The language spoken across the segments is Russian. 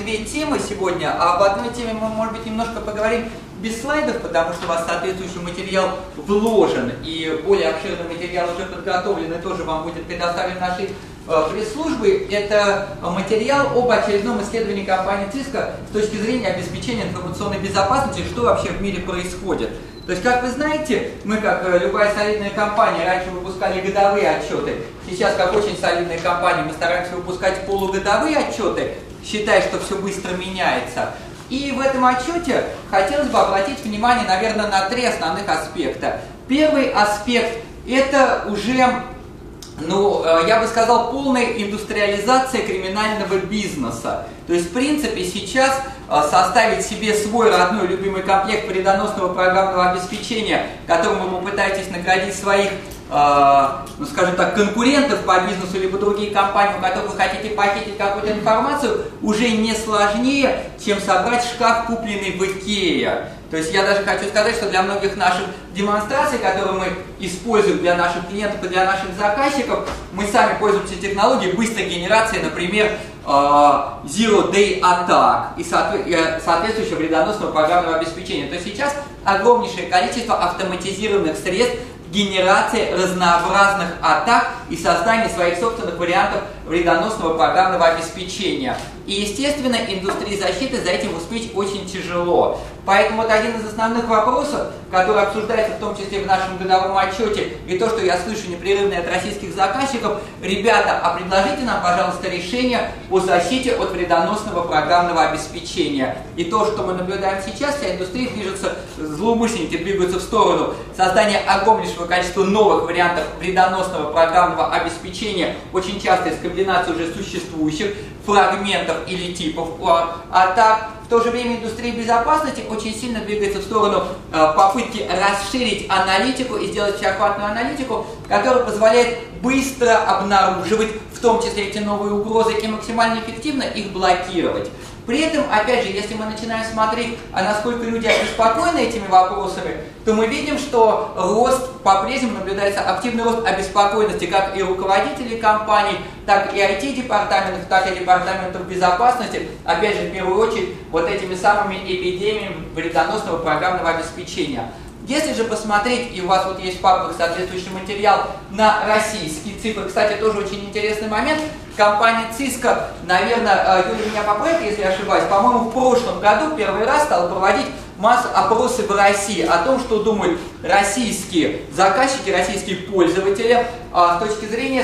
две темы сегодня, а в одной теме мы, может быть, немножко поговорим без слайдов, потому что у вас соответствующий материал вложен, и более обширный материал уже подготовлен, и тоже вам будет предоставлен нашей пресс-службы. Это материал об очередном исследовании компании Cisco с точки зрения обеспечения информационной безопасности, что вообще в мире происходит. То есть, как вы знаете, мы, как любая солидная компания, раньше выпускали годовые отчеты. Сейчас, как очень солидная компания, мы стараемся выпускать полугодовые отчеты, считая, что все быстро меняется. И в этом отчете хотелось бы обратить внимание, наверное, на три основных аспекта. Первый аспект – это уже, я бы сказал, полная индустриализация криминального бизнеса. То есть, в принципе, сейчас составить себе свой родной любимый комплект вредоносного программного обеспечения, которым вы пытаетесь наградить своих, скажем так, конкурентов по бизнесу, либо другие компании, у которых вы хотите похитить какую-то информацию, уже не сложнее, чем собрать шкаф, купленный в Икее. То есть я даже хочу сказать, что для многих наших демонстраций, которые мы используем для наших клиентов и для наших заказчиков, мы сами пользуемся технологией быстрой генерации, например, Zero Day Attack и соответствующего вредоносного программного обеспечения. То есть сейчас огромнейшее количество автоматизированных средств генерации разнообразных атак и создания своих собственных вариантов вредоносного программного обеспечения. И, естественно, индустрии защиты за этим успеть очень тяжело. Поэтому вот один из основных вопросов, который обсуждается в том числе в нашем годовом отчете, и то, что я слышу непрерывно от российских заказчиков: ребята, а предложите нам, пожалуйста, решение о защите от вредоносного программного обеспечения. И то, что мы наблюдаем сейчас, вся индустрия движется, злоумышленники двигаются в сторону создания огромнейшего количества новых вариантов вредоносного программного обеспечения, очень часто из комбинации уже существующих фрагментов или типов атак. В то же время индустрия безопасности очень сильно двигается в сторону попытки расширить аналитику и сделать всеохватную аналитику, которая позволяет быстро обнаруживать, в том числе эти новые угрозы, и максимально эффективно их блокировать. При этом, опять же, если мы начинаем смотреть, насколько люди обеспокоены этими вопросами, то мы видим, что рост, по-прежнему наблюдается активный рост обеспокоенности как и руководителей компаний, так и IT-департаментов, так и департаментов безопасности, опять же, в первую очередь, вот этими самыми эпидемиями вредоносного программного обеспечения. Если же посмотреть, и у вас вот есть в папках соответствующий материал, на российские цифры, кстати, тоже очень интересный момент, компания Cisco, наверное, Юля меня поправит, если я ошибаюсь, по-моему, в прошлом году первый раз стала проводить опросы в России о том, что думают российские заказчики, российские пользователи с точки зрения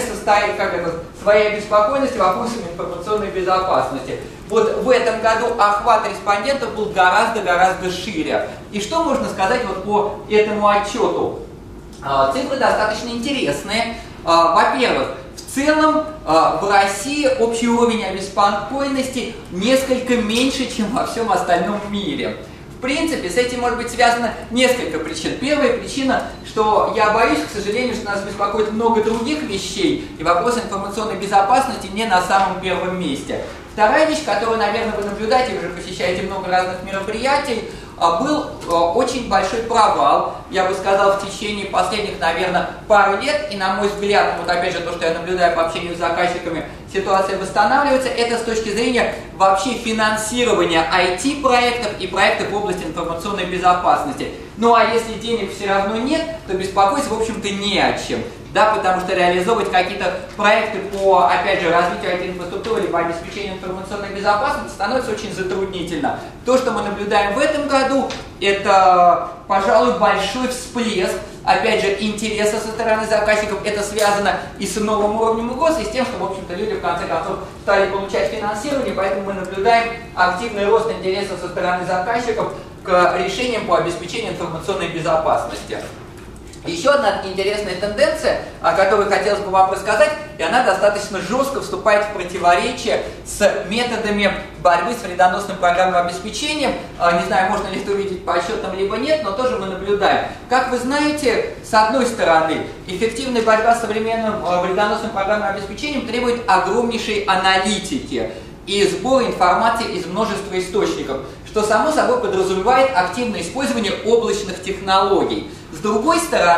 своей обеспокоенности вопросами информационной безопасности. Вот в этом году охват респондентов был гораздо шире. И что можно сказать вот по этому отчету? Цифры достаточно интересные. Во-первых, в целом в России общий уровень обеспокоенности несколько меньше, чем во всем остальном мире. В принципе, с этим может быть связано несколько причин. Первая причина, что я боюсь, к сожалению, что нас беспокоит много других вещей, и вопрос информационной безопасности не на самом первом месте. Вторая вещь, которую, наверное, вы наблюдаете, вы уже посещаете много разных мероприятий, был очень большой провал, я бы сказал, в течение последних, наверное, пары лет, и, на мой взгляд, вот опять же то, что я наблюдаю по общению с заказчиками, ситуация восстанавливается, это с точки зрения вообще финансирования IT-проектов и проектов в области информационной безопасности. Ну а если денег все равно нет, то беспокоиться, в общем-то, не о чем. Да, потому что реализовывать какие-то проекты по, опять же, развитию IT-инфраструктуры или по обеспечению информационной безопасности становится очень затруднительно. То, что мы наблюдаем в этом году, это, пожалуй, большой всплеск, опять же, интереса со стороны заказчиков. Это связано и с новым уровнем угроз, и с тем, что, в общем-то, люди, в конце концов, стали получать финансирование, поэтому мы наблюдаем активный рост интереса со стороны заказчиков к решениям по обеспечению информационной безопасности. Еще одна интересная тенденция, о которой хотелось бы вам рассказать, и она достаточно жестко вступает в противоречие с методами борьбы с вредоносным программным обеспечением. Не знаю, можно ли это увидеть по отчетам, либо нет, но тоже мы наблюдаем. Как вы знаете, с одной стороны, эффективная борьба с современным вредоносным программным обеспечением требует огромнейшей аналитики и сбора информации из множества источников, что само собой подразумевает активное использование облачных технологий. С другой стороны,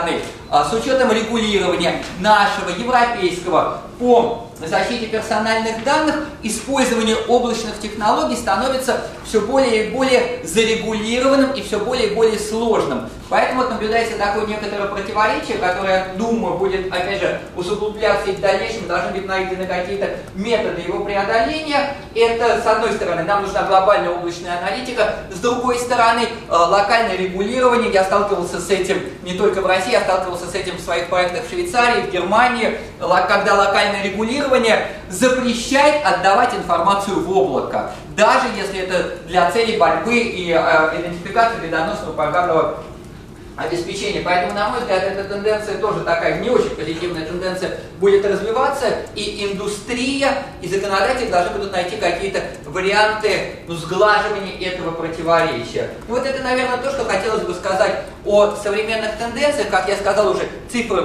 с учетом регулирования нашего, европейского по защите персональных данных, использование облачных технологий становится все более и более зарегулированным и все более и более сложным. Поэтому вот наблюдается такое некоторое противоречие, которое, думаю, будет, опять же, усугубляться и в дальнейшем должны быть найдены какие-то методы его преодоления. Это, с одной стороны, нам нужна глобальная облачная аналитика, с другой стороны, локальное регулирование. Я сталкивался с этим не только в России, я сталкивался с этим в своих проектах в Швейцарии, в Германии, когда локальное регулирование запрещает отдавать информацию в облако, даже если это для целей борьбы и идентификации вредоносного программного обеспечения. Поэтому, на мой взгляд, эта тенденция тоже такая не очень позитивная тенденция будет развиваться, и индустрия, и законодатели должны будут найти какие-то варианты сглаживания этого противоречия. И вот это, наверное, то, что хотелось бы сказать о современных тенденциях. Как я сказал уже, цифры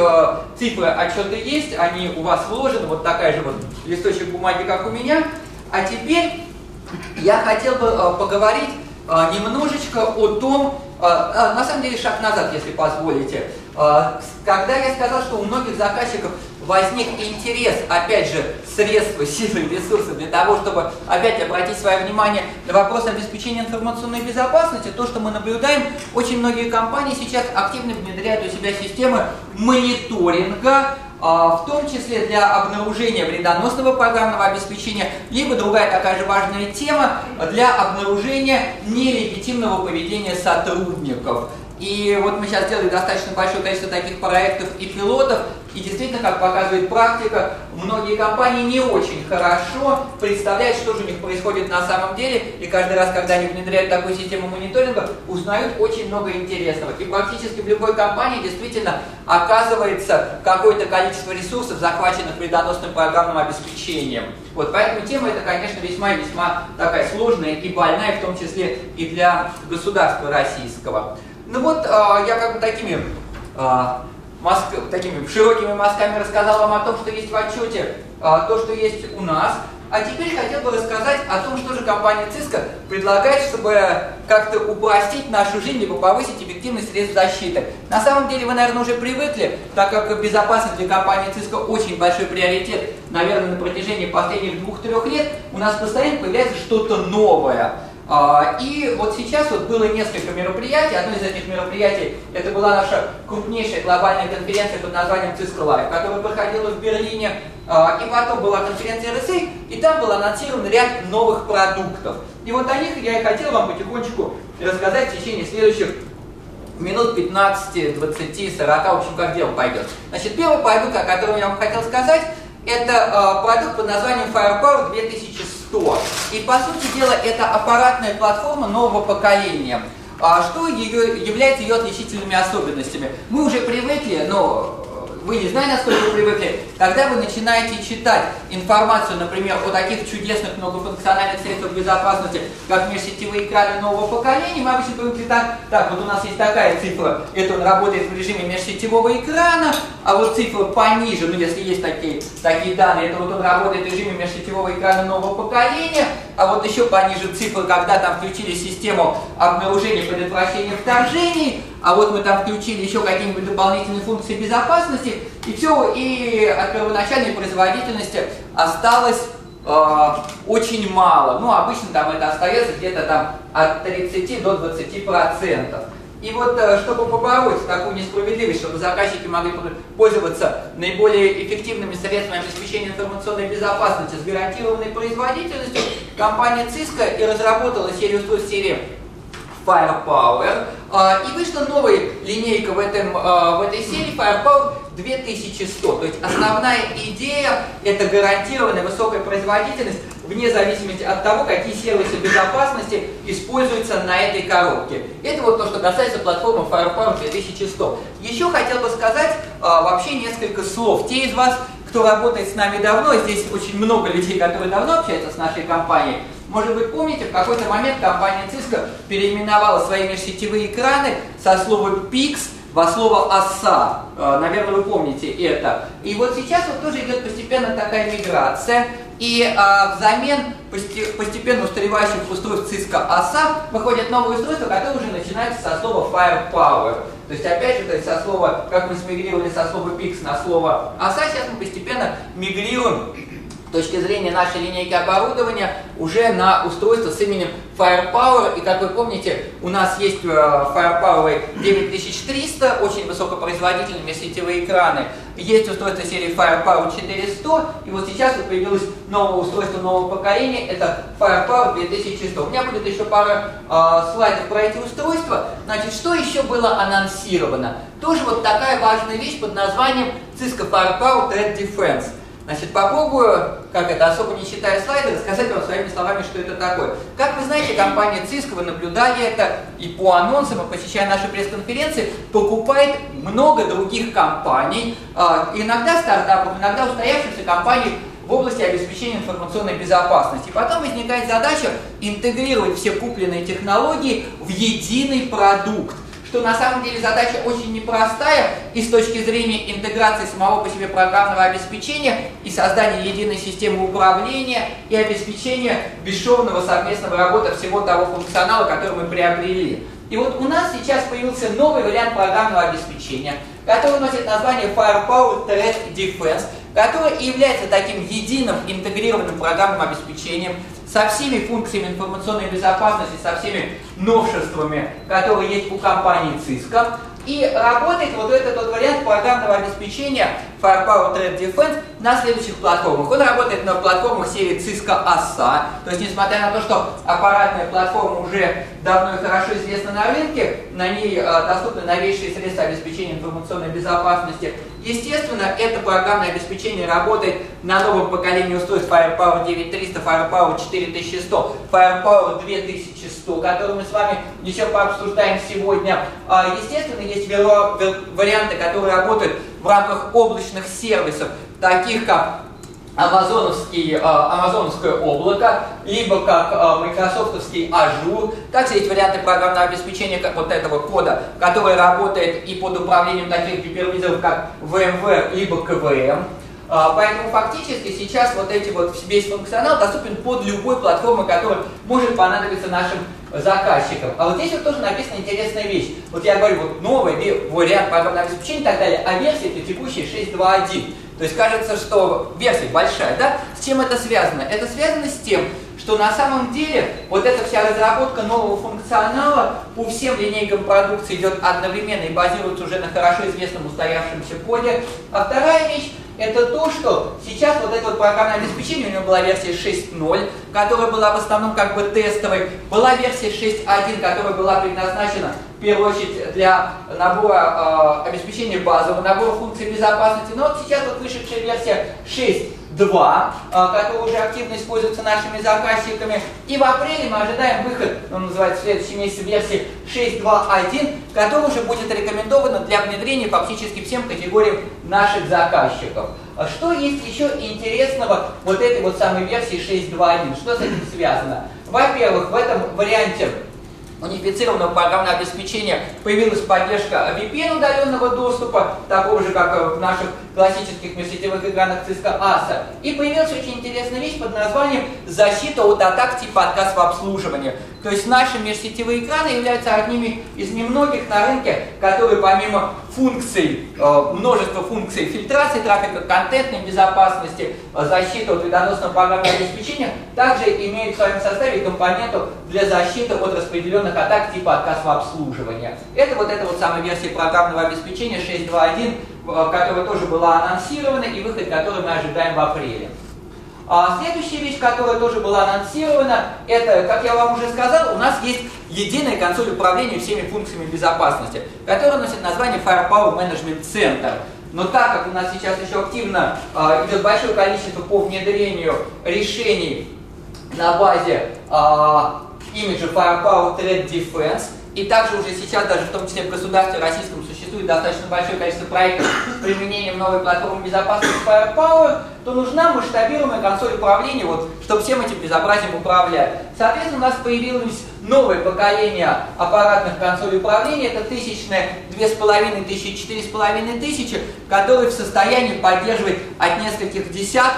отчета есть, они у вас вложены, вот такая же вот листочек бумаги, как у меня. А теперь я хотел бы поговорить немножечко о том, на самом деле шаг назад, если позволите. Когда я сказал, что у многих заказчиков возник интерес, опять же, средства, силы, ресурсы для того, чтобы опять обратить свое внимание на вопрос обеспечения информационной безопасности, то, что мы наблюдаем, очень многие компании сейчас активно внедряют у себя системы мониторинга, в том числе для обнаружения вредоносного программного обеспечения, либо другая такая же важная тема для обнаружения нелегитимного поведения сотрудников. И вот мы сейчас сделали достаточно большое количество таких проектов и пилотов, и действительно, как показывает практика, многие компании не очень хорошо представляют, что же у них происходит на самом деле, и каждый раз, когда они внедряют такую систему мониторинга, узнают очень много интересного. И практически в любой компании действительно оказывается какое-то количество ресурсов, захваченных вредоносным программным обеспечением. Вот, поэтому тема эта, конечно, весьма и весьма такая сложная и больная, в том числе и для государства российского. Ну вот, я как бы такими широкими мазками рассказал вам о том, что есть в отчете, то, что есть у нас. А теперь хотел бы рассказать о том, что же компания Cisco предлагает, чтобы как-то упростить нашу жизнь, либо повысить эффективность средств защиты. На самом деле вы, наверное, уже привыкли, так как безопасность для компании Cisco очень большой приоритет, наверное, на протяжении последних 2-3 лет, у нас постоянно появляется что-то новое. И вот сейчас вот было несколько мероприятий. Одно из этих мероприятий это была наша крупнейшая глобальная конференция под названием Cisco Live, которая проходила в Берлине. И потом была конференция RSA, и там был анонсирован ряд новых продуктов. И вот о них я и хотел вам потихонечку рассказать в течение следующих минут 15, 20, 40, в общем, как дело пойдет. Значит, первый продукт, о котором я вам хотел сказать, это продукт под названием Firepower 2100. И, по сути дела, это аппаратная платформа нового поколения. Что является ее отличительными особенностями? Мы уже привыкли, но вы не знаете, насколько вы привыкли, когда вы начинаете читать информацию, например, о таких чудесных многофункциональных средствах безопасности, как межсетевые экраны нового поколения, мы обычно привыкли так, вот у нас есть такая цифра, это он работает в режиме межсетевого экрана, а вот цифра пониже, ну если есть такие данные, это вот он работает в режиме межсетевого экрана нового поколения, а вот еще пониже цифры, когда там включили систему обнаружения и предотвращения вторжений, а вот мы там включили еще какие-нибудь дополнительные функции безопасности, и все, и от первоначальной производительности осталось очень мало. Ну, обычно там это остается где-то там от 30 до 20%. И вот, чтобы побороть такую несправедливость, чтобы заказчики могли пользоваться наиболее эффективными средствами обеспечения информационной безопасности с гарантированной производительностью, компания Cisco и разработала серию устройств серии Firepower. И вышла новая линейка в этой серии Firepower 2100. То есть основная идея – это гарантированная высокая производительность вне зависимости от того, какие сервисы безопасности используются на этой коробке. Это вот то, что касается платформы Firepower 2100. Еще хотел бы сказать вообще несколько слов. Те из вас, кто работает с нами давно, здесь очень много людей, которые давно общаются с нашей компанией, может быть, помните, в какой-то момент компания Cisco переименовала свои межсетевые экраны со слова PIX во слово OSA. Наверное, вы помните это. И вот сейчас вот тоже идет постепенно такая миграция. И взамен постепенно устаревающих устройств Cisco ASA выходят новые устройства, которые уже начинаются со слова Firepower. То есть опять же, то есть со слова, как мы смигрировали со слова PIX на слово ASA, сейчас мы постепенно мигрируем с точки зрения нашей линейки оборудования уже на устройство с именем Firepower. И как вы помните, у нас есть Firepower 9300, очень высокопроизводительные сетевые экраны. Есть устройство серии Firepower 4100, и вот сейчас вот появилось новое устройство нового поколения, это Firepower 2100. У меня будет еще пара слайдов про эти устройства. Значит, что еще было анонсировано? Тоже вот такая важная вещь под названием Cisco Firepower Threat Defense. Значит, попробую, особо не читая слайды, рассказать вам своими словами, что это такое. Как вы знаете, компания Cisco, вы наблюдали это и по анонсам, и посещая наши пресс-конференции, покупает много других компаний, иногда стартапов, иногда устоявшихся компаний в области обеспечения информационной безопасности. Потом возникает задача интегрировать все купленные технологии в единый продукт, что на самом деле задача очень непростая и с точки зрения интеграции самого по себе программного обеспечения и создания единой системы управления и обеспечения бесшовного совместного работы всего того функционала, который мы приобрели. И вот у нас сейчас появился новый вариант программного обеспечения, который носит название Firepower Threat Defense, который является таким единым интегрированным программным обеспечением со всеми функциями информационной безопасности, со всеми новшествами, которые есть у компании Cisco. И работает вот этот вот вариант программного обеспечения Firepower Threat Defense на следующих платформах. Он работает на платформах серии Cisco ASA. То есть, несмотря на то, что аппаратная платформа уже давно и хорошо известна на рынке, на ней доступны новейшие средства обеспечения информационной безопасности. Естественно, это программное обеспечение работает на новом поколении устройств Firepower 9300, Firepower 4100, Firepower 2100, которые мы с вами еще пообсуждаем сегодня. Естественно, есть варианты, которые работают в рамках облачных сервисов, таких как амазоновское облако, либо как майкрософтовский Azure. Также есть варианты программного обеспечения как вот этого кода, который работает и под управлением таких гипервизоров, как VMware, либо KVM. Поэтому фактически сейчас весь функционал доступен под любой платформой, которая может понадобиться нашим заказчикам. А вот здесь вот тоже написана интересная вещь. Вот я говорю, вот новый вариант программного обеспечения и так далее, а версия это текущая 6.2.1. То есть кажется, что версия большая, да? С чем это связано? Это связано с тем, что на самом деле вот эта вся разработка нового функционала по всем линейкам продукции идет одновременно и базируется уже на хорошо известном устоявшемся коде. А вторая вещь — это то, что сейчас вот это вот программное обеспечение, у него была версия 6.0, которая была в основном тестовой, была версия 6.1, которая была предназначена в первую очередь для набора обеспечения базового, набора функций безопасности, но вот сейчас вот вышедшая версия 6.2, которая уже активно используется нашими заказчиками, и в апреле мы ожидаем выход, называется в следующем месяце, версии 6.2.1, которая уже будет рекомендована для внедрения фактически всем категориям наших заказчиков. Что есть еще интересного вот этой вот самой версии 6.2.1? Что с этим связано? Во-первых, в этом варианте унифицированного программного обеспечения появилась поддержка VPN удаленного доступа, такого же, как в наших классических межсетевых экранах Cisco ASA. И появилась очень интересная вещь под названием «Защита от атак типа отказ в обслуживании». То есть наши межсетевые экраны являются одними из немногих на рынке, которые помимо функций, множества функций фильтрации трафика, контентной безопасности, защиты от вредоносного программного обеспечения, также имеют в своем составе компоненту для защиты от распределенных атак типа отказ в обслуживании. Это вот самая версия программного обеспечения 6.2.1, которая тоже была анонсирована и выход которой мы ожидаем в апреле. Следующая вещь, которая тоже была анонсирована, это, как я вам уже сказал, у нас есть единая консоль управления всеми функциями безопасности, которая носит название Firepower Management Center. Но так как у нас сейчас еще активно идет большое количество по внедрению решений на базе имиджа Firepower Threat Defense, и также уже сейчас, даже в том числе в государстве российском, существует достаточно большое количество проектов с применением новой платформы безопасности Firepower, то нужна масштабируемая консоль управления, чтобы всем этим безобразием управлять. Соответственно, у нас появилось новое поколение аппаратных консолей управления, это 1000-е, 2500, 4,5 тысячи, которые в состоянии поддерживать от нескольких десятков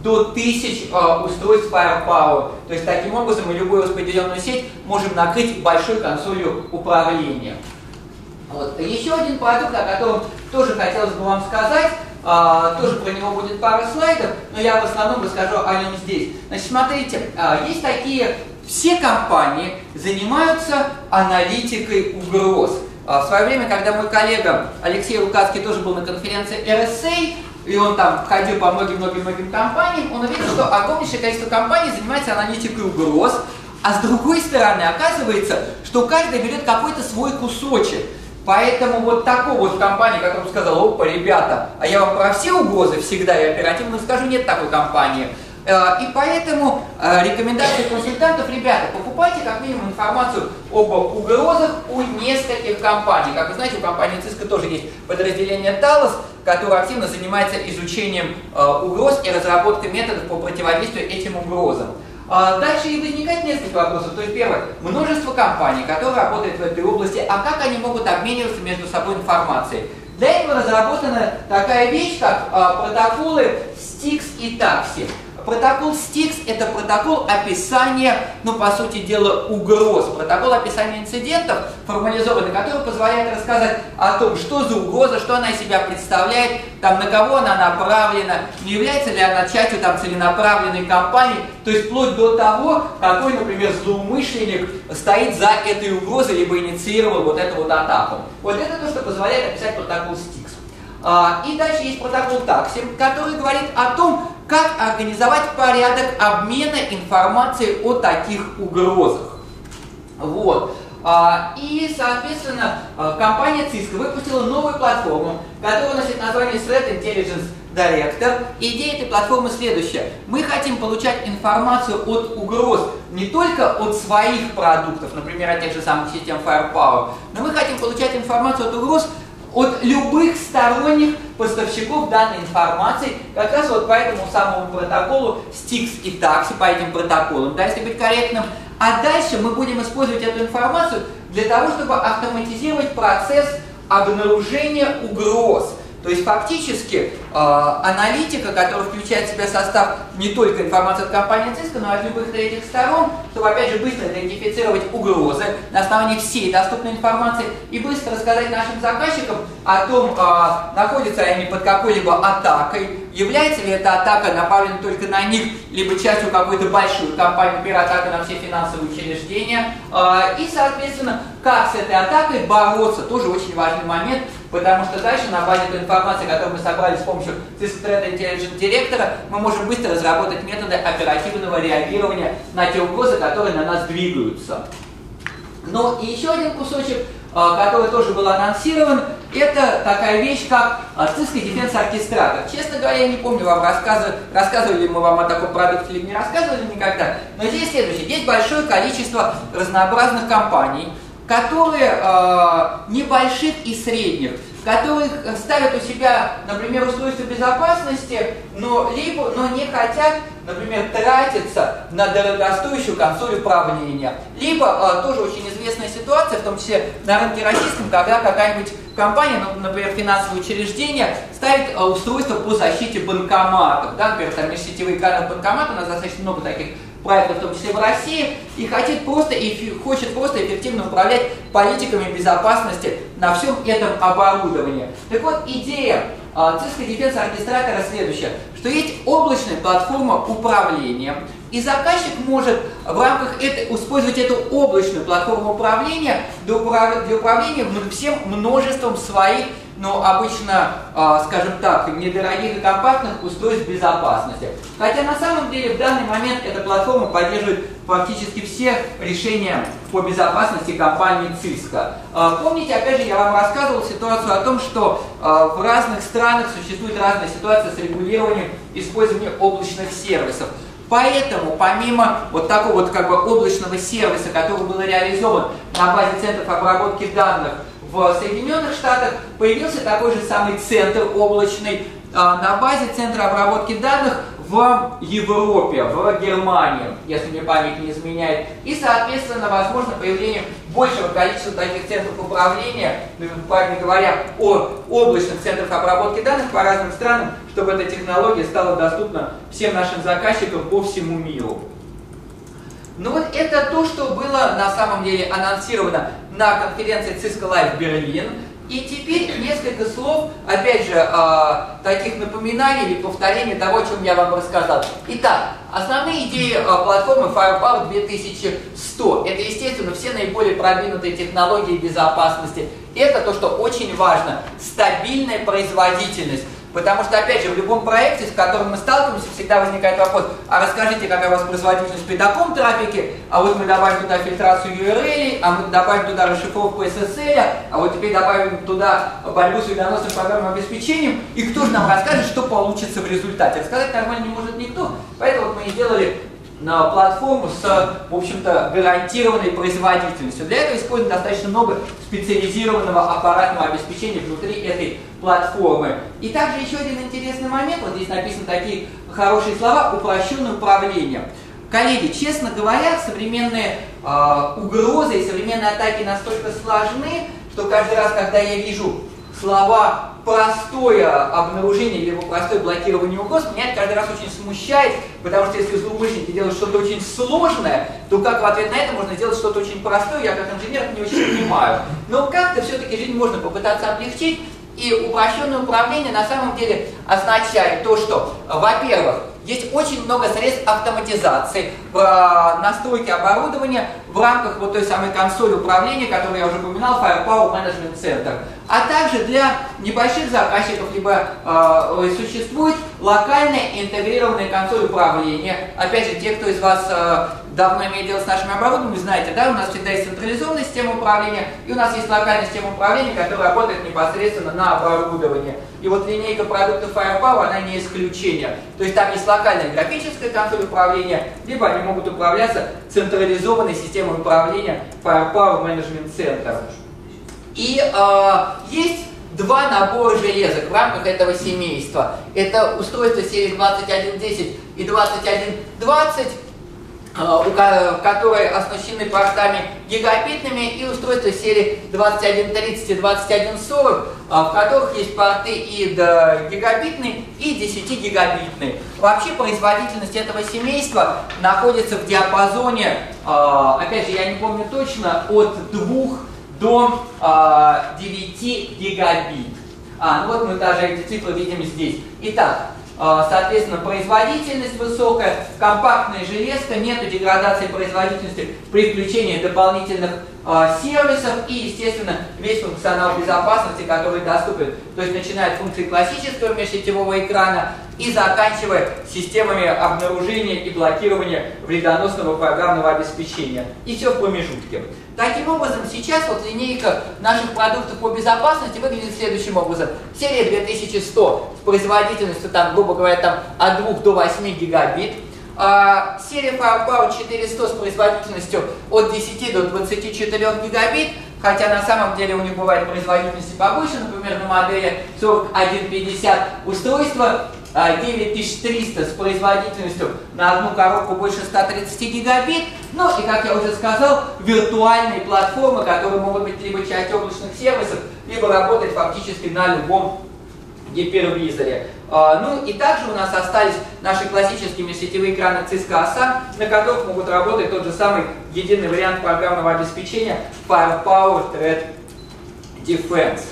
до 1000 устройств Firepower. То есть таким образом мы любую распределенную сеть можем накрыть большой консолью управления. Вот. Еще один продукт, о котором тоже хотелось бы вам сказать, тоже про него будет пара слайдов, но я в основном расскажу о нем здесь. Значит, смотрите, есть такие, все компании занимаются аналитикой угроз. В свое время, когда мой коллега Алексей Лукацкий тоже был на конференции RSA, и он там ходил по многим-многим компаниям, он увидел, что огромнейшее количество компаний занимается аналитикой угроз, а с другой стороны оказывается, что каждый берет какой-то свой кусочек. Поэтому вот такой вот компании, которая сказала: опа, ребята, а я вам про все угрозы всегда и оперативно скажу, нет такой компании. И поэтому рекомендации консультантов: ребята, покупайте как минимум информацию об угрозах у нескольких компаний. Как вы знаете, у компании Cisco тоже есть подразделение Talos, которое активно занимается изучением угроз и разработкой методов по противодействию этим угрозам. Дальше и возникает несколько вопросов. То есть первое, множество компаний, которые работают в этой области, а как они могут обмениваться между собой информацией? Для этого разработана такая вещь, как протоколы STIX и TAXII. Протокол STIX – это протокол описания, ну, по сути дела, угроз. Протокол описания инцидентов, формализованный, который позволяет рассказать о том, что за угроза, что она из себя представляет, там, на кого она направлена, не является ли она частью там, целенаправленной кампании, то есть вплоть до того, какой, например, злоумышленник стоит за этой угрозой, либо инициировал вот эту вот атаку. Вот это то, что позволяет описать протокол STIX. И дальше есть протокол TAXII, который говорит о том, как организовать порядок обмена информацией о таких угрозах. Вот. И, соответственно, компания Cisco выпустила новую платформу, которая носит название Threat Intelligence Director. Идея этой платформы следующая. Мы хотим получать информацию от угроз не только от своих продуктов, например, от тех же самых систем Firepower, но мы хотим получать информацию от угроз от любых сторонних поставщиков данной информации, как раз вот по этому самому протоколу STIX и TAXII, по этим протоколам, да, если быть корректным. А дальше мы будем использовать эту информацию для того, чтобы автоматизировать процесс обнаружения угроз. То есть фактически аналитика, которая включает в себя состав не только информации от компании Cisco, но и от любых третьих сторон, чтобы опять же быстро идентифицировать угрозы на основании всей доступной информации и быстро рассказать нашим заказчикам о том, находятся ли они под какой-либо атакой, является ли эта атака направлена только на них, либо частью какой-то большой компании, например, атака на все финансовые учреждения, и, соответственно, как с этой атакой бороться, тоже очень важный момент. Потому что дальше на базе той информации, которую мы собрали с помощью Cisco Threat Intelligence Director, мы можем быстро разработать методы оперативного реагирования на те угрозы, которые на нас двигаются. Ну и еще один кусочек, который тоже был анонсирован, это такая вещь, как Cisco Defense Orchestrator. Честно говоря, я не помню, вам рассказывали ли мы вам о таком продукте или не рассказывали никогда, но здесь следующее. Есть большое количество разнообразных компаний, которые небольших и средних, которые ставят у себя, например, устройство безопасности, но не хотят, например, тратиться на дорогостоящую консоль управления. Либо тоже очень известная ситуация, в том числе на рынке российском, когда какая-нибудь компания, например, финансовое учреждение, ставит устройство по защите банкоматов. Да, например, там межсетевые экраны банкомата, у нас достаточно много таких проектов, в том числе в России, и хочет просто эффективно управлять политиками безопасности на всем этом оборудовании. Так вот, идея Cisco Defense Orchestrator следующая, что есть облачная платформа управления, и заказчик может в рамках использовать эту облачную платформу управления для управления всем множеством своих, но обычно, скажем так, недорогих и компактных устройств безопасности. Хотя на самом деле в данный момент эта платформа поддерживает практически все решения по безопасности компании Cisco. Помните, опять же, я вам рассказывал ситуацию о том, что в разных странах существует разная ситуация с регулированием использования облачных сервисов. Поэтому, помимо вот такого вот как бы облачного сервиса, который был реализован на базе центров обработки данных в Соединенных Штатах, появился такой же самый центр облачный на базе центра обработки данных в Европе, в Германии, если мне память не изменяет. И, соответственно, возможно появление большего количества таких центров управления, правильно говоря, о облачных центрах обработки данных по разным странам, чтобы эта технология стала доступна всем нашим заказчикам по всему миру. Ну вот это то, что было на самом деле анонсировано на конференции Cisco Live Berlin. И теперь несколько слов, опять же, таких напоминаний или повторений того, о чем я вам рассказал. Итак, основные идеи платформы Firepower 2100. Это, естественно, все наиболее продвинутые технологии безопасности. Это то, что очень важно. Стабильная производительность. Потому что, опять же, в любом проекте, с которым мы сталкиваемся, всегда возникает вопрос: а расскажите, какая у вас производительность при таком трафике, а вот мы добавим туда фильтрацию URL, а мы добавим туда расшифровку SSL, а вот теперь добавим туда борьбу с вредоносным программным обеспечением, и кто же нам расскажет, что получится в результате? Рассказать нормально не может никто, поэтому вот мы и сделали на платформу с, в общем-то, гарантированной производительностью. Для этого используем достаточно много специализированного аппаратного обеспечения внутри этой платформы. И также еще один интересный момент, вот здесь написаны такие хорошие слова: упрощенное управление. Коллеги, честно говоря, современные угрозы и современные атаки настолько сложны, что каждый раз, когда я вижу слова «простое обнаружение» либо «простое блокирование угроз», меня это каждый раз очень смущает, потому что если злоумышленники делают что-то очень сложное, то как в ответ на это можно сделать что-то очень простое, я как инженер не очень понимаю. Но как-то все-таки жизнь можно попытаться облегчить, и упрощенное управление на самом деле означает то, что, во-первых, есть очень много средств автоматизации в настройке оборудования в рамках вот той самой консоли управления, которую я уже упоминал, Firepower Management Center. А также для небольших заказчиков либо существует локальная интегрированная консоль управления. Опять же, те, кто из вас давно имеет дело с нашим оборудованием, знаете, да, у нас всегда есть централизованная система управления, и у нас есть локальная система управления, которая работает непосредственно на оборудовании. И вот линейка продуктов Firepower, она не исключение. То есть там есть локальная графическая консоль управления, либо они могут управляться централизованной системой управления Firepower Management Center. И есть два набора железок в рамках этого семейства. Это устройство серии 2110 и 2120, которые оснащены портами гигабитными, и устройства серии 2130 и 2140, в которых есть порты и гигабитные, и 10 гигабитные. Вообще производительность этого семейства находится в диапазоне, опять же, я не помню точно, от 2 до 9 гигабит. Ну вот мы даже эти цифры видим здесь. Итак, соответственно, производительность высокая, компактная железка, нету деградации производительности при включении дополнительных сервисов и, естественно, весь функционал безопасности, который доступен. То есть начиная от функции классического межсетевого экрана и заканчивая системами обнаружения и блокирования вредоносного программного обеспечения. И все в промежутке. Таким образом, сейчас вот линейка наших продуктов по безопасности выглядит следующим образом. Серия 2100 с производительностью, там, грубо говоря, там, от 2 до 8 гигабит. Серия Firepower 4100 с производительностью от 10 до 24 гигабит, хотя на самом деле у них бывает производительность побольше, например, на модели 4150 устройства 9300 с производительностью на одну коробку больше 130 гигабит. Ну и, как я уже сказал, виртуальные платформы, которые могут быть либо частью облачных сервисов, либо работать фактически на любом гипервизоре. Ну и также у нас остались наши классические межсетевые экраны Cisco ASA, на которых могут работать тот же самый единый вариант программного обеспечения Firepower Threat Defense.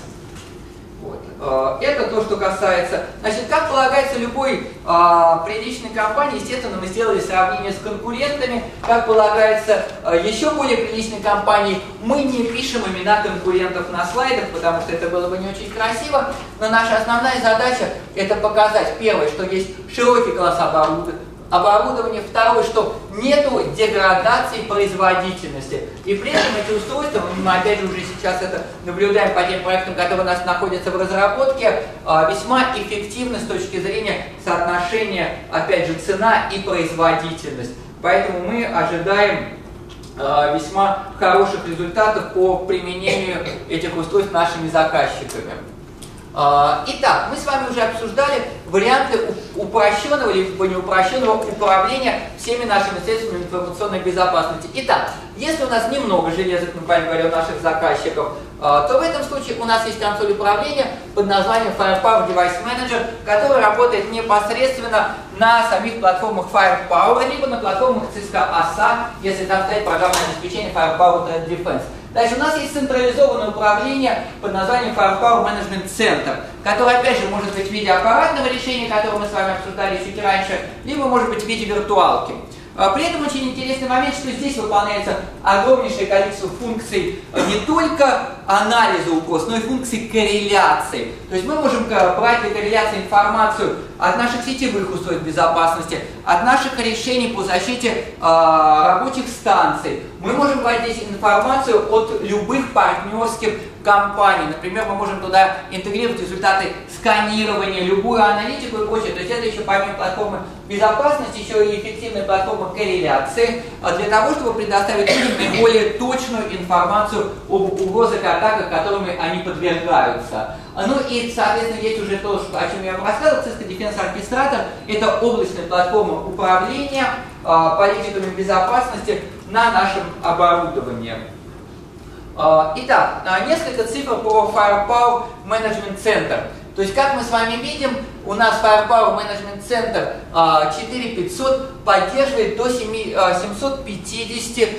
Вот. Это то, что касается. Значит, как полагается любой приличной компании, естественно, мы сделали сравнение с конкурентами. Как полагается еще более приличной компании, мы не пишем имена конкурентов на слайдах, потому что это было бы не очень красиво. Но наша основная задача — это показать, первое, что есть широкий класс оборудования, второе, что нету деградации производительности. И при этом эти устройства, мы опять же уже сейчас это наблюдаем по тем проектам, которые у нас находятся в разработке, весьма эффективны с точки зрения соотношения, опять же, цена и производительность. Поэтому мы ожидаем весьма хороших результатов по применению этих устройств нашими заказчиками. Итак, мы с вами уже обсуждали варианты упрощенного либо неупрощенного управления всеми нашими средствами информационной безопасности. Итак, если у нас немного железок, мы говорим у наших заказчиков, то в этом случае у нас есть консоль управления под названием Firepower Device Manager, который работает непосредственно на самих платформах Firepower, либо на платформах Cisco ASA, если там стоит программное обеспечение Firepower Threat Defense. Дальше у нас есть централизованное управление под названием Firepower Management Center, которое опять же может быть в виде аппаратного решения, которое мы с вами обсуждали чуть раньше, либо может быть в виде виртуалки. При этом очень интересный момент, что здесь выполняется огромнейшее количество функций не только анализа угроз, но и функций корреляции. То есть мы можем брать для корреляции информацию от наших сетевых устройств безопасности, от наших решений по защите рабочих станций. Мы можем брать здесь информацию от любых партнерских компаний. Например, мы можем туда интегрировать результаты сканирования, любую аналитику и прочее. То есть это еще помимо платформы безопасности, еще и эффективная платформа корреляции для того, чтобы предоставить людям наиболее точную информацию об угрозах и атаках, которыми они подвергаются. Ну и, соответственно, есть уже то, о чем я вам рассказывал, Cisco Defense Orchestrator – это облачная платформа управления политиками безопасности на нашем оборудовании. Итак, несколько цифр по Firepower Management Center. То есть, как мы с вами видим, у нас Firepower Management Center 4500 поддерживает до 750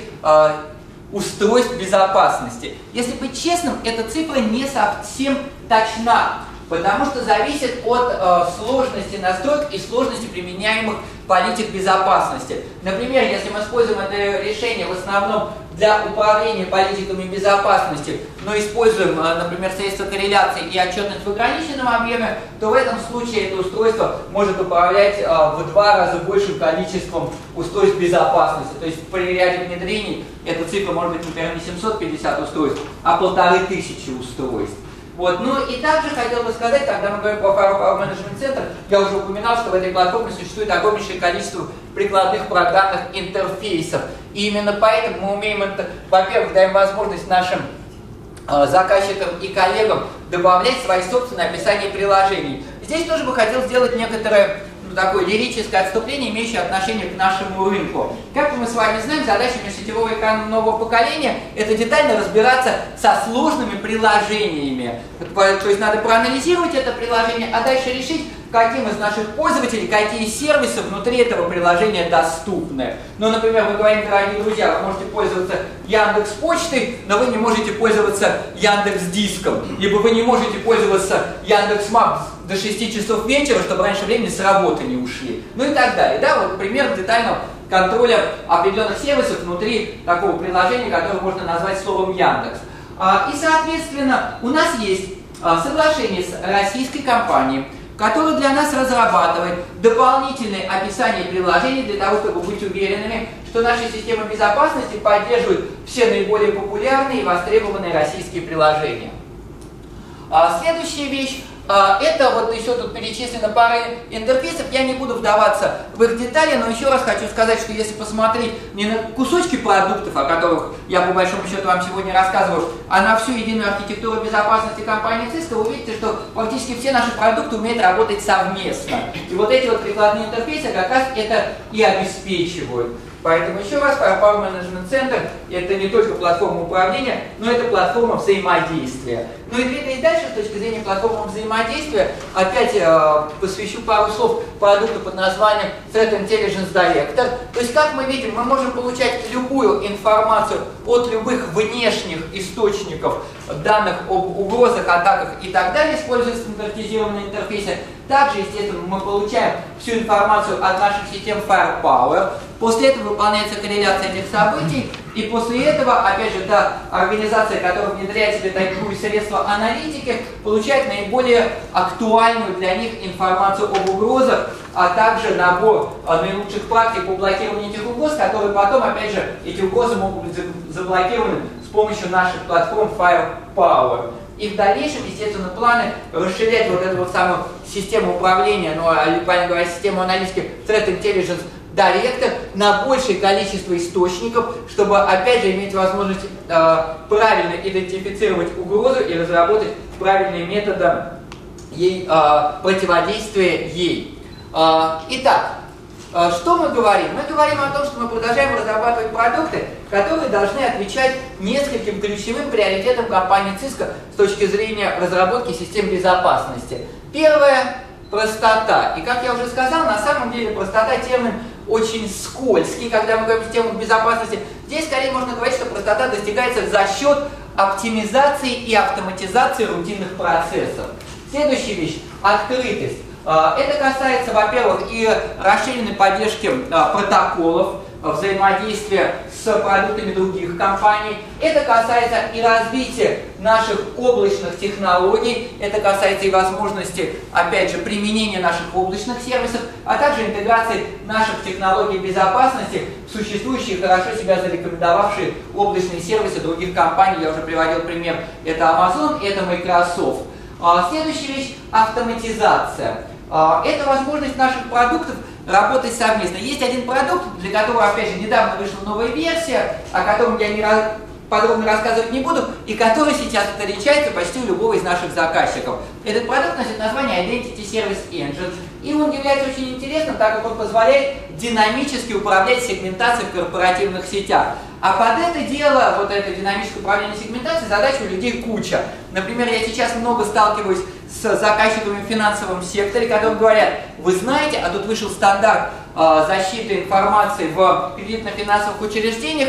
устройств безопасности. Если быть честным, эта цифра не совсем точна, потому что зависит от сложности настроек и сложности применяемых политик безопасности. Например, если мы используем это решение в основном для управления политиками безопасности, но используем, например, средства корреляции и отчетность в ограниченном объеме, то в этом случае это устройство может управлять в 2 раза большим количеством устройств безопасности. То есть при ряде внедрений эта цифра может быть, например, не 750 устройств, а 1500 устройств. Вот. Ну и также хотел бы сказать, когда мы говорим про Firepower Management Center, я уже упоминал, что в этой платформе существует огромнейшее количество прикладных программных интерфейсов. И именно поэтому мы умеем это, во-первых, даем возможность нашим заказчикам и коллегам добавлять свои собственные описания приложений. Здесь тоже бы хотел сделать некоторое такое лирическое отступление, имеющее отношение к нашему рынку. Как мы с вами знаем, задача межсетевого экрана нового поколения – это детально разбираться со сложными приложениями. То есть надо проанализировать это приложение, а дальше решить, каким из наших пользователей, какие сервисы внутри этого приложения доступны. Ну, например, мы говорим, дорогие друзья, вы можете пользоваться Яндекс.Почтой, но вы не можете пользоваться Яндекс.Диском, либо вы не можете пользоваться Яндекс.Мап до 6 часов вечера, чтобы раньше времени с работы не ушли. Ну и так далее. Да, вот пример детального контроля определенных сервисов внутри такого приложения, которое можно назвать словом Яндекс. И, соответственно, у нас есть соглашение с российской компанией, который для нас разрабатывает дополнительные описания приложений для того, чтобы быть уверенными, что наши системы безопасности поддерживают все наиболее популярные и востребованные российские приложения. Следующая вещь. Это вот еще тут перечислено пара интерфейсов, я не буду вдаваться в их детали, но еще раз хочу сказать, что если посмотреть не на кусочки продуктов, о которых я по большому счету вам сегодня рассказываю, а на всю единую архитектуру безопасности компании Cisco, вы увидите, что практически все наши продукты умеют работать совместно. И вот эти вот прикладные интерфейсы как раз это и обеспечивают. Поэтому еще раз, Firepower Management Center – это не только платформа управления, но это платформа взаимодействия. Ну и двигаясь дальше, с точки зрения платформы взаимодействия, опять посвящу пару слов продукту под названием Threat Intelligence Director. То есть, как мы видим, мы можем получать любую информацию от любых внешних источников данных об угрозах, атаках и так далее, используя стандартизированные интерфейсы. Также, естественно, мы получаем всю информацию от наших систем Firepower. После этого выполняется корреляция этих событий, и после этого, опять же, та организация, которая внедряет себе такие средства аналитики, получает наиболее актуальную для них информацию об угрозах, а также набор наилучших практик по блокированию этих угроз, которые потом, опять же, эти угрозы могут быть заблокированы с помощью наших платформ Firepower. И в дальнейшем, естественно, планы расширять вот эту вот самую систему управления, ну, правильно говоря, систему аналитики Threat Intelligence Director на большее количество источников, чтобы, опять же, иметь возможность правильно идентифицировать угрозу и разработать правильные методы противодействия ей. Итак, что мы говорим? Мы говорим о том, что мы продолжаем разрабатывать продукты, которые должны отвечать нескольким ключевым приоритетам компании Cisco с точки зрения разработки систем безопасности. Первое – простота. И как я уже сказал, на самом деле простота термин очень скользкий, когда мы говорим о системах безопасности. Здесь скорее можно говорить, что простота достигается за счет оптимизации и автоматизации рутинных процессов. Следующая вещь – открытость. Это касается, во-первых, и расширенной поддержки протоколов, взаимодействия с продуктами других компаний. Это касается и развития наших облачных технологий, это касается и возможности, опять же, применения наших облачных сервисов, а также интеграции наших технологий безопасности в существующие, хорошо себя зарекомендовавшие облачные сервисы других компаний. Я уже приводил пример, это Amazon, это Microsoft. Следующая вещь – автоматизация. Это возможность наших продуктов работать совместно. Есть один продукт, для которого, опять же, недавно вышла новая версия, о котором я подробно рассказывать не буду, и который сейчас встречается почти у любого из наших заказчиков. Этот продукт носит название Identity Service Engine, и он является очень интересным, так как он позволяет динамически управлять сегментацией в корпоративных сетях. А под это дело, вот это динамическое управление сегментацией, задач у людей куча. Например, я сейчас много сталкиваюсь с заказчиками в финансовом секторе, которые говорят: вы знаете, а тут вышел стандарт защиты информации в кредитно-финансовых учреждениях,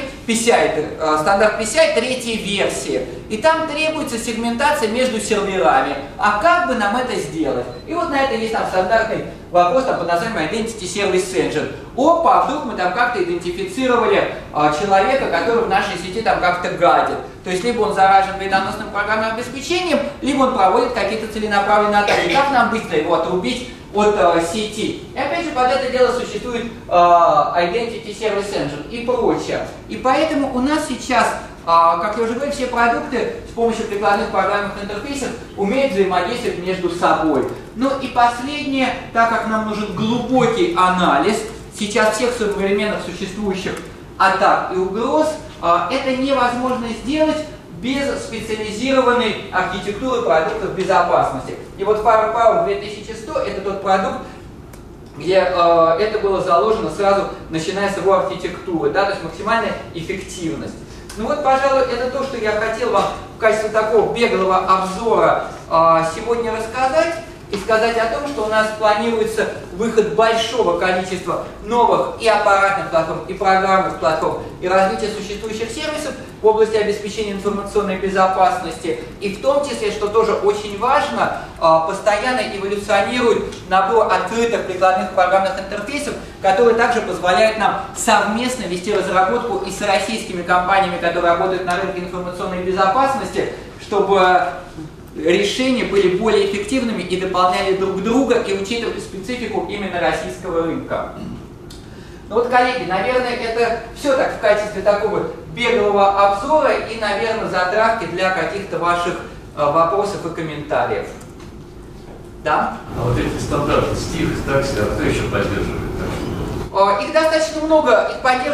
PCI, стандарт PCI 3-й версии. И там требуется сегментация между серверами. А как бы нам это сделать? И вот на это есть там стандартный вопрос под названием Identity Service Engine. Опа, вдруг мы там как-то идентифицировали человека, который в нашей сети там как-то гадит. То есть либо он заражен вредоносным программным обеспечением, либо он проводит какие-то целенаправленные атаки. Как нам быстро его отрубить от сети? И опять же под это дело существует Identity Service Engine и прочее. И поэтому у нас сейчас, как я уже говорил, все продукты с помощью прикладных программных интерфейсов умеют взаимодействовать между собой. Ну и последнее, так как нам нужен глубокий анализ сейчас всех современных существующих атак и угроз, это невозможно сделать без специализированной архитектуры продуктов безопасности. И вот Firewall 2100 это тот продукт, где это было заложено сразу, начиная с его архитектуры, да, то есть максимальная эффективность. Ну вот, пожалуй, это то, что я хотел вам в качестве такого беглого обзора сегодня рассказать. И сказать о том, что у нас планируется выход большого количества новых и аппаратных платформ, и программных платформ, и развитие существующих сервисов в области обеспечения информационной безопасности. И в том числе, что тоже очень важно, постоянно эволюционирует набор открытых прикладных программных интерфейсов, которые также позволяют нам совместно вести разработку и с российскими компаниями, которые работают на рынке информационной безопасности, чтобы решения были более эффективными и дополняли друг друга и учитывали специфику именно российского рынка. Ну вот, коллеги, наверное, это все так в качестве такого беглого обзора и, наверное, затравки для каких-то ваших вопросов и комментариев. Да? А вот эти стандарты стих, такси, а кто еще поддерживает? Их достаточно много,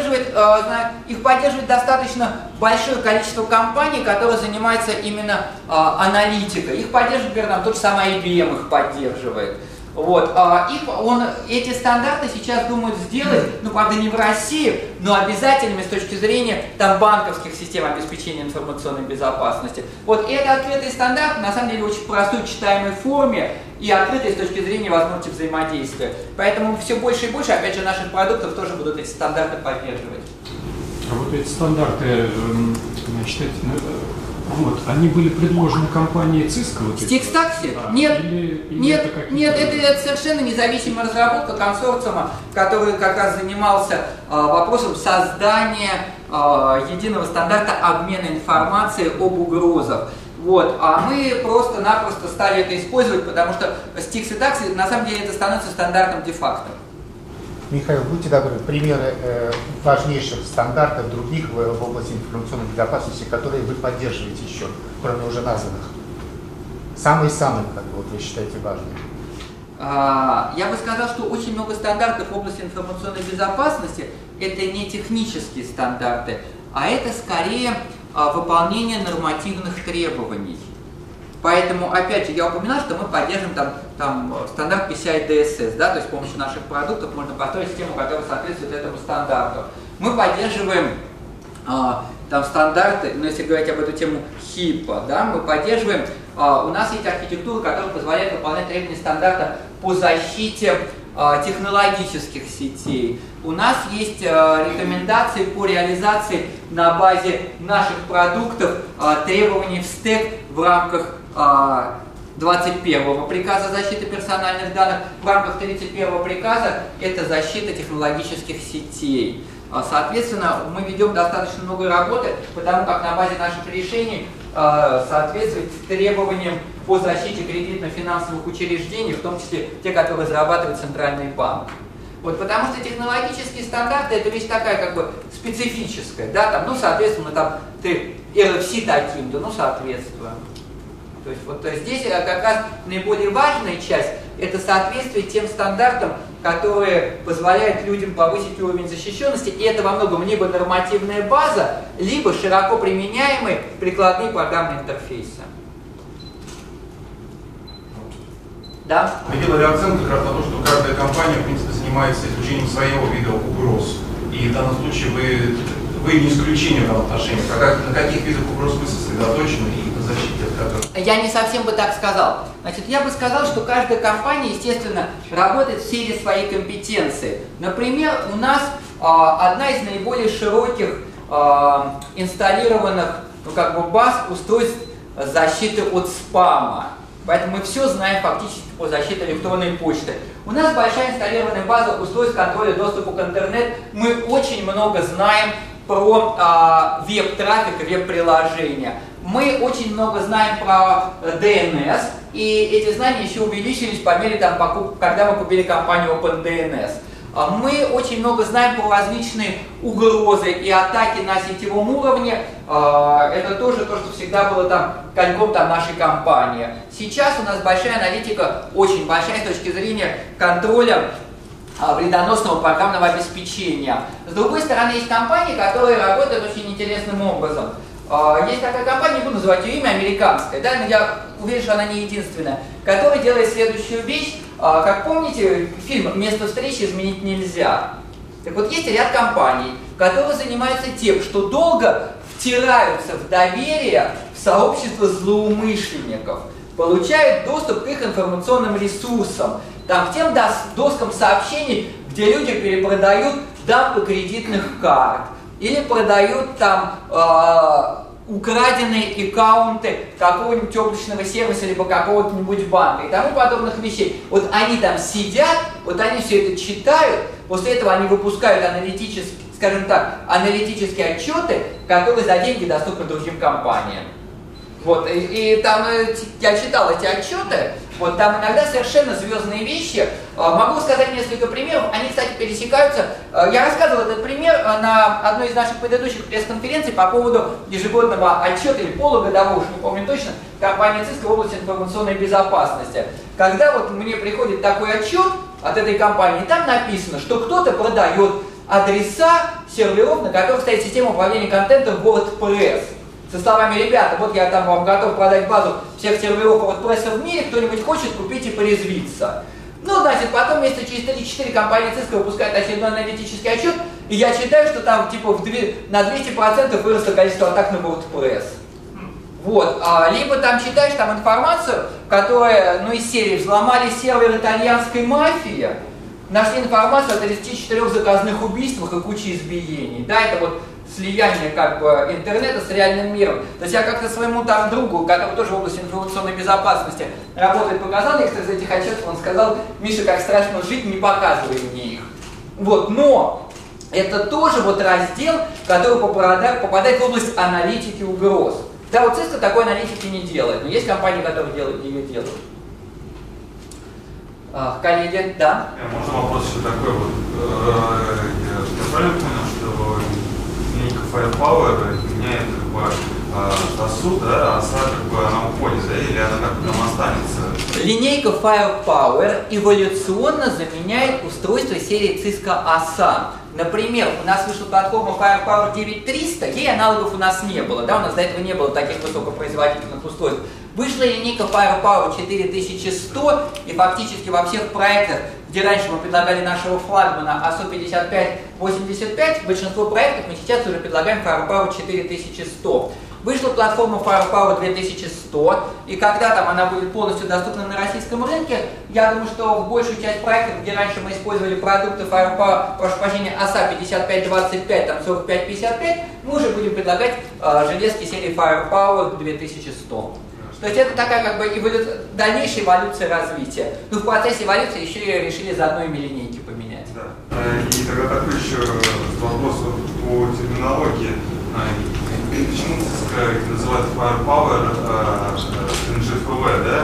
их поддерживает достаточно большое количество компаний, которые занимаются именно аналитикой. Их поддерживает, например, тот же самый IBM их поддерживает. Вот. Эти стандарты сейчас думают сделать, ну, правда, не в России, но обязательными с точки зрения там, банковских систем обеспечения информационной безопасности. Вот. И это открытый стандарт, на самом деле, в очень простой читаемой форме и открытый с точки зрения возможности взаимодействия. Поэтому все больше и больше, опять же, наших продуктов тоже будут эти стандарты поддерживать. А вот эти стандарты, значит, вот, они были предложены компанией Cisco? Вот Stix-Taxi? Да. Нет, нет, это совершенно независимая разработка консорциума, который как раз занимался вопросом создания единого стандарта обмена информацией об угрозах. Вот. А мы просто-напросто стали это использовать, потому что Stix и Taxi на самом деле это становится стандартом де-факто. Михаил, будьте добры, примеры важнейших стандартов других в области информационной безопасности, которые вы поддерживаете еще, кроме уже названных. Самые-самые, как бы, вот вы считаете важными. Я бы сказал, что очень много стандартов в области информационной безопасности это не технические стандарты, а это скорее выполнение нормативных требований. Поэтому, опять же, я упоминал, что мы поддерживаем там стандарт PCI DSS, да, то есть с помощью наших продуктов можно построить систему, которая соответствует этому стандарту. Мы поддерживаем там стандарты, но если говорить об эту тему HIPAA, да, мы поддерживаем, у нас есть архитектура, которая позволяет выполнять требования стандарта по защите технологических сетей. У нас есть рекомендации по реализации на базе наших продуктов требований в стэк в рамках 21-го приказа защиты персональных данных, в рамках 31-го приказа это защита технологических сетей. Соответственно, мы ведем достаточно много работы, потому как на базе наших решений соответствует требованиям по защите кредитно-финансовых учреждений, в том числе те, которые разрабатывает Центральный банк. Вот, потому что технологические стандарты это вещь такая как бы специфическая, да, там, ну, соответственно, там ты RFC таким-то, ну, соответствуем. То есть вот здесь как раз наиболее важная часть это соответствие тем стандартам, которые позволяют людям повысить уровень защищенности, и это во многом либо нормативная база, либо широко применяемые прикладные программные интерфейсы. Да? Мы делали акцент как раз на то, что каждая компания, в принципе, занимается изучением своего вида угроз. И в данном случае вы не исключение в этом отношении. На каких видах угроз вы сосредоточены и на защите от которых? Я не совсем бы так сказал. Значит, я бы сказал, что каждая компания, естественно, работает в сфере своей компетенции. Например, у нас одна из наиболее широких инсталлированных баз устройств защиты от спама. Поэтому мы все знаем фактически по защите электронной почты. У нас большая инсталлированная база устройств контроля доступа к интернету. Мы очень много знаем про веб-трафик и веб-приложения. Мы очень много знаем про DNS, и эти знания еще увеличились по мере, когда мы купили компанию OpenDNS. Мы очень много знаем про различные угрозы и атаки на сетевом уровне. Это тоже то, что всегда было коньком нашей компании. Сейчас у нас большая аналитика, очень большая с точки зрения контроля вредоносного программного обеспечения. С другой стороны, есть компании, которые работают очень интересным образом. Есть такая компания, не буду называть ее имя, американская, да, но я уверен, что она не единственная, которая делает следующую вещь. Как помните, фильм «Место встречи изменить нельзя». Так вот, есть ряд компаний, которые занимаются тем, что долго втираются в доверие в сообщество злоумышленников, получают доступ к их информационным ресурсам, к тем доскам сообщений, где люди перепродают дампы кредитных карт, или продают украденные аккаунты какого-нибудь облачного сервиса, либо какого-нибудь банка и тому подобных вещей. Вот они там сидят, вот они все это читают, после этого они выпускают аналитические отчеты, которые за деньги доступны другим компаниям. Вот, и там я читал эти отчеты, вот там иногда совершенно звездные вещи. Могу сказать несколько примеров, они, кстати, пересекаются. Я рассказывал этот пример на одной из наших предыдущих пресс-конференций по поводу ежегодного отчета или полугодового, уж не помню точно, компании Cisco в области информационной безопасности. Когда вот мне приходит такой отчет от этой компании, там написано, что кто-то продает адреса серверов, на которых стоит система управления контентом WordPress. Со словами: ребята, вот я вам готов продать базу всех серверов WordPress в мире, кто-нибудь хочет купить и порезвиться. Ну, значит, потом месяца через 3-4 компания Cisco выпускает очередной аналитический отчет, и я читаю, что там на 200% выросло количество атак на WordPress. Вот, либо там читаешь информацию, которая, из серии «Взломали сервер итальянской мафии», нашли информацию о 34 заказных убийствах и куче избиений. Да, это вот слияние интернета с реальным миром. То есть я как-то своему другу, который тоже в области информационной безопасности работает, показал некоторые из этих отчетов, он сказал: Миша, как страшно жить, не показывай мне их. Вот, но это тоже раздел, который попадает в область аналитики угроз. Да, вот Cisco такой аналитики не делает, но есть компании, которые ее делают. Коллеги, да? Можно вопрос еще такой вот. Я правильно понял, что линейка Firepower меняет сосуд, да, а СА она уходит, да, или она там останется? Линейка Firepower эволюционно заменяет устройство серии Cisco ASAN. Например, у нас вышла платформа Firepower 9300, ей аналогов у нас не было, да, у нас до этого не было таких высокопроизводительных устройств. Вышла линейка Firepower 4100, и фактически во всех проектах, где раньше мы предлагали нашего флагмана ASO 5585, большинство проектов мы сейчас уже предлагаем Firepower 4100. Вышла платформа Firepower 2100, и когда там она будет полностью доступна на российском рынке, я думаю, что в большую часть проектов, где раньше мы использовали продукты Firepower, прошу прощения, ASA 5525, там 4555, мы уже будем предлагать железки серии Firepower 2100. То есть это такая как бы дальнейшая эволюция развития. Ну, в процессе эволюции еще и решили заодно ими линейки поменять. Да. И тогда такой еще вопрос по терминологии. Почему называют Firepower NGFW, да?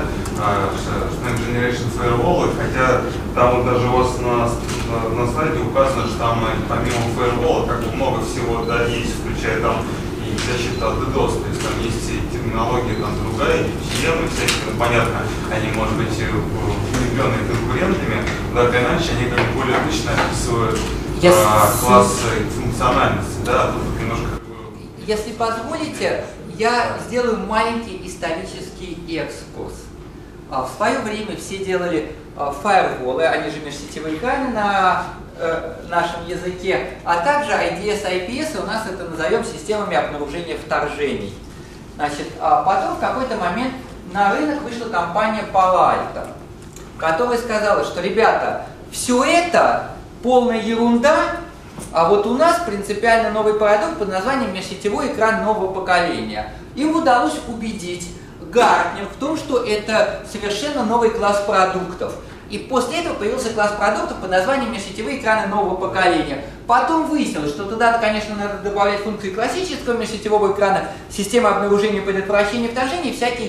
Next Generation Firewall, хотя там вот даже у вас на слайде указано, что там помимо Firewall как бы много всего, да, есть, включая там и защита от DDoS, то есть там есть терминология там другая, VPN, всякие, ну, понятно, они, может быть, влюбленные конкурентами, но так или иначе они как бы более точно описывают классы функциональности, да, тут немножко. Если позволите, я сделаю маленький исторический экскурс. В свое время все делали фаерволы, они же межсетевые экраны на нашем языке, а также IDS, IPS, у нас это назовем системами обнаружения вторжений. Значит, потом в какой-то момент на рынок вышла компания Palo Alto, которая сказала, что, ребята, все это полная ерунда, а вот у нас принципиально новый продукт под названием межсетевой экран нового поколения. Им удалось убедить Gartner в том, что это совершенно новый класс продуктов. И после этого появился класс продуктов под названием межсетевые экраны нового поколения. Потом выяснилось, что туда, конечно, надо добавлять функции классического межсетевого экрана, системы обнаружения и предотвращения вторжений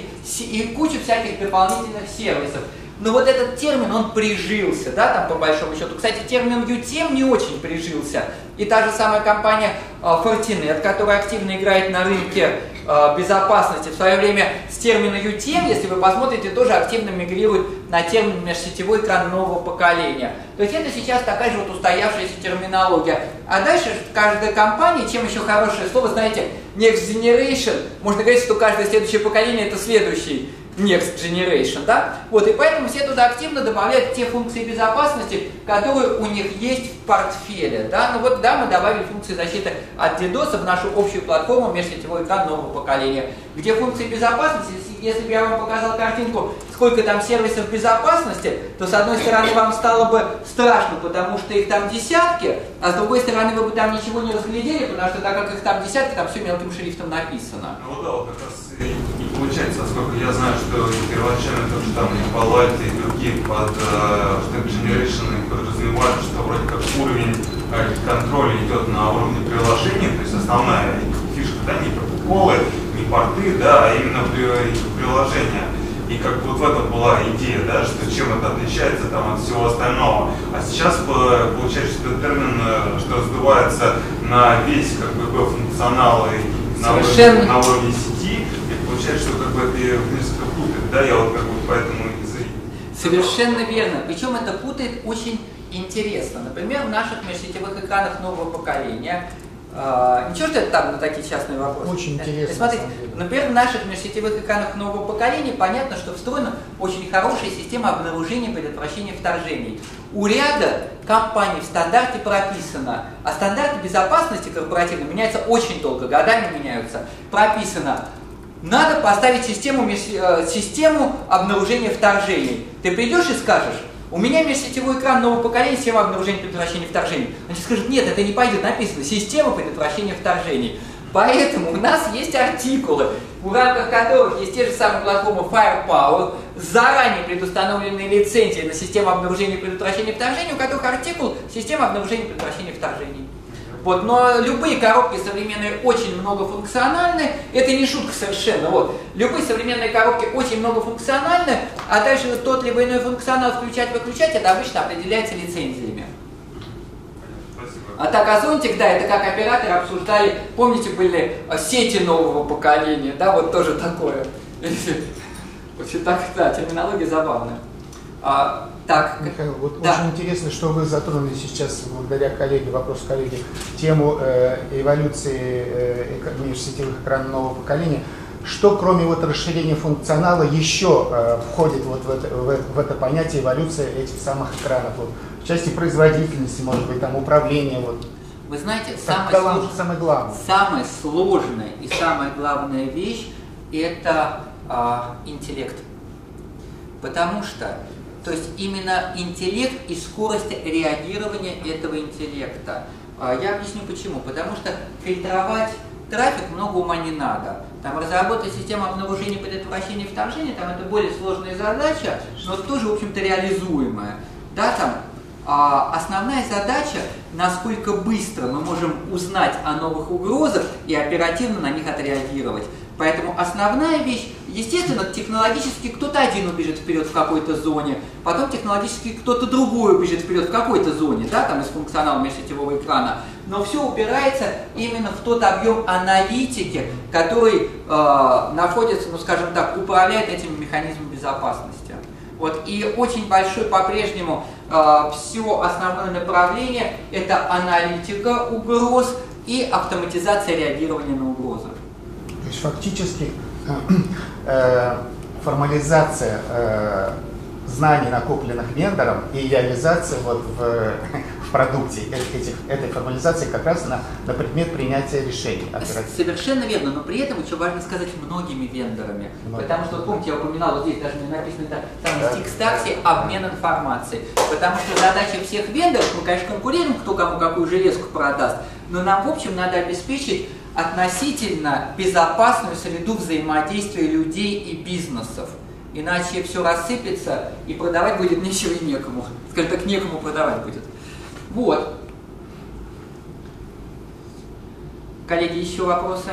и кучу всяких дополнительных сервисов. Но вот этот термин, он прижился, да, там по большому счету. Кстати, термин UTM не очень прижился. И та же самая компания Fortinet, которая активно играет на рынке безопасности, в свое время с термина UTM, если вы посмотрите, тоже активно мигрирует на термин межсетевой экран нового поколения. То есть это сейчас такая же вот устоявшаяся терминология. А дальше каждая компания, чем еще хорошее слово, знаете, Next Generation, можно говорить, что каждое следующее поколение это следующий Next Generation, да? Вот, и поэтому все туда активно добавляют те функции безопасности, которые у них есть в портфеле, да? Ну вот, да, мы добавили функции защиты от DDoS в нашу общую платформу межсетевой экран нового поколения, где функции безопасности, если бы я вам показал картинку, сколько там сервисов безопасности, то с одной стороны вам стало бы страшно, потому что их там десятки, а с другой стороны вы бы там ничего не разглядели, потому что так как их там десятки, там все мелким шрифтом написано. Ну да, вот как раз и получается, насколько я знаю, что первоначально то, что там и Palo Alto, и другие под Next Generation подразумевают, что вроде как уровень контроля идет на уровне приложения, то есть основная фишка, да, не протоколы, не порты, да, а именно приложения. И как бы вот в этом была идея, да, что чем это отличается там от всего остального. А сейчас получается, что этот термин, что раздувается на весь как бы функционал и на уровне сети, и получается, что как бы это несколько путает, да, я вот как бы поэтому и Совершенно верно. Причем это путает очень интересно. Например, в наших межсетевых экранах нового поколения. Ничего, что это там на такие частные вопросы? Очень интересно. Смотрите, например, в наших межсетевых экранах нового поколения понятно, что встроена очень хорошая система обнаружения и предотвращения вторжений. У ряда компаний в стандарте прописано, а стандарты безопасности корпоративной меняются очень долго, годами меняются. Прописано, надо поставить систему обнаружения вторжений. Ты придешь и скажешь, у меня межсетевой экран нового поколения, система обнаружения и предотвращения вторжений. Они скажут, нет, это не пойдет, написано, система предотвращения вторжений. Поэтому у нас есть артикулы, в рамках которых есть те же самые платформы Firepower, заранее предустановленные лицензии на систему обнаружения и предотвращения вторжений, у которых артикул система обнаружения и предотвращения вторжений. Вот, но любые коробки современные очень многофункциональны, это не шутка совершенно. Вот. Любые современные коробки очень многофункциональны, а дальше тот либо иной функционал включать-выключать, это обычно определяется лицензиями. А так, Озонтик, да, это как операторы обсуждали, помните, были сети нового поколения, да, вот тоже такое. Очень так, да, терминология забавная. Так, Михаил, вот да. очень интересно, что вы затронули сейчас, благодаря коллеге, вопрос коллеги, тему эволюции межсетевых экранов нового поколения. Что кроме вот расширения функционала еще входит вот в это понятие эволюции этих самых экранов? Вот, в части производительности, может быть, там управления. Вот. Вы знаете, самая сложная и самая главная вещь – это интеллект. Потому что, то есть именно интеллект и скорость реагирования этого интеллекта. Я объясню почему. Потому что фильтровать трафик много ума не надо. Там разработать систему обнаружения, предотвращения и вторжения, там это более сложная задача, но тоже, в общем-то, реализуемая. Да, там, основная задача, насколько быстро мы можем узнать о новых угрозах и оперативно на них отреагировать. Поэтому основная вещь, естественно, технологически кто-то один убежит вперед в какой-то зоне, потом технологически кто-то другой убежит вперед в какой-то зоне, да, там из функционала межсетевого экрана. Но все упирается именно в тот объем аналитики, который находится, ну скажем так, управляет этими механизмами безопасности. Вот. И очень большое по-прежнему все основное направление – это аналитика угроз и автоматизация реагирования на угрозы. То есть фактически формализация знаний, накопленных вендором, и реализация вот в продукте этой формализации как раз на предмет принятия решений. Совершенно верно, но при этом еще важно сказать многими вендорами. Потому что, помните, я упоминал, вот здесь даже не написано, это там стикстакси, обмен информацией. Потому что задача всех вендоров, мы, конечно, конкурируем, кто кому какую железку продаст, но нам, в общем, надо обеспечить относительно безопасную среду взаимодействия людей и бизнесов. Иначе все рассыпется, и продавать будет нечего и некому. Скажем так, некому продавать будет. Вот. Коллеги, еще вопросы?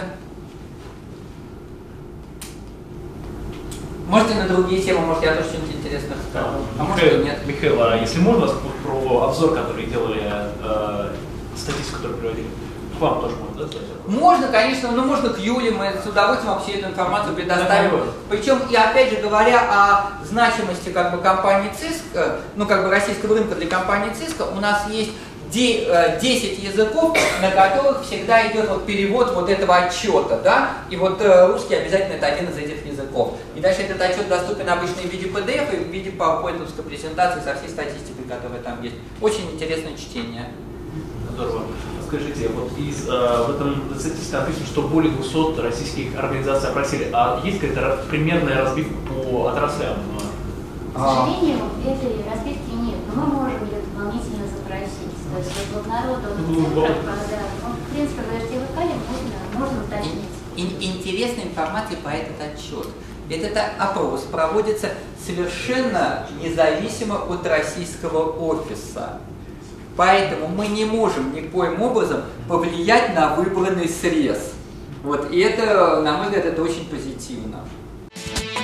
Можете на другие темы, может, я тоже что-нибудь интересное расскажу. А может, и нет. Михаил, а если можно, про обзор, который делали, статистику, которую приводили? К вам тоже можно, да? Можно, конечно, но можно к Юле, мы с удовольствием вообще эту информацию предоставим. Причем, и опять же говоря о значимости как бы компании Cisco, ну как бы российского рынка для компании Cisco, у нас есть 10 языков, на которых всегда идет вот перевод вот этого отчета, да, и вот русский обязательно это один из этих языков. И дальше этот отчет доступен обычно в виде PDF и в виде PowerPoint-овской презентации со всей статистикой, которая там есть. Очень интересное чтение. Здорово. Скажите, вот в этом статистике написано, что более 200 российских организаций опросили. А есть какая-то примерная разбивка по отраслям? К сожалению, этой разбивки нет, но мы можем ее дополнительно запросить. То есть вот народу в принципе, в RTVK можно уточнить. Интересная информация по этот отчет. Этот опрос проводится совершенно независимо от российского офиса. Поэтому мы не можем никоим образом повлиять на выбранный срез. Вот. И это, на мой взгляд, это очень позитивно.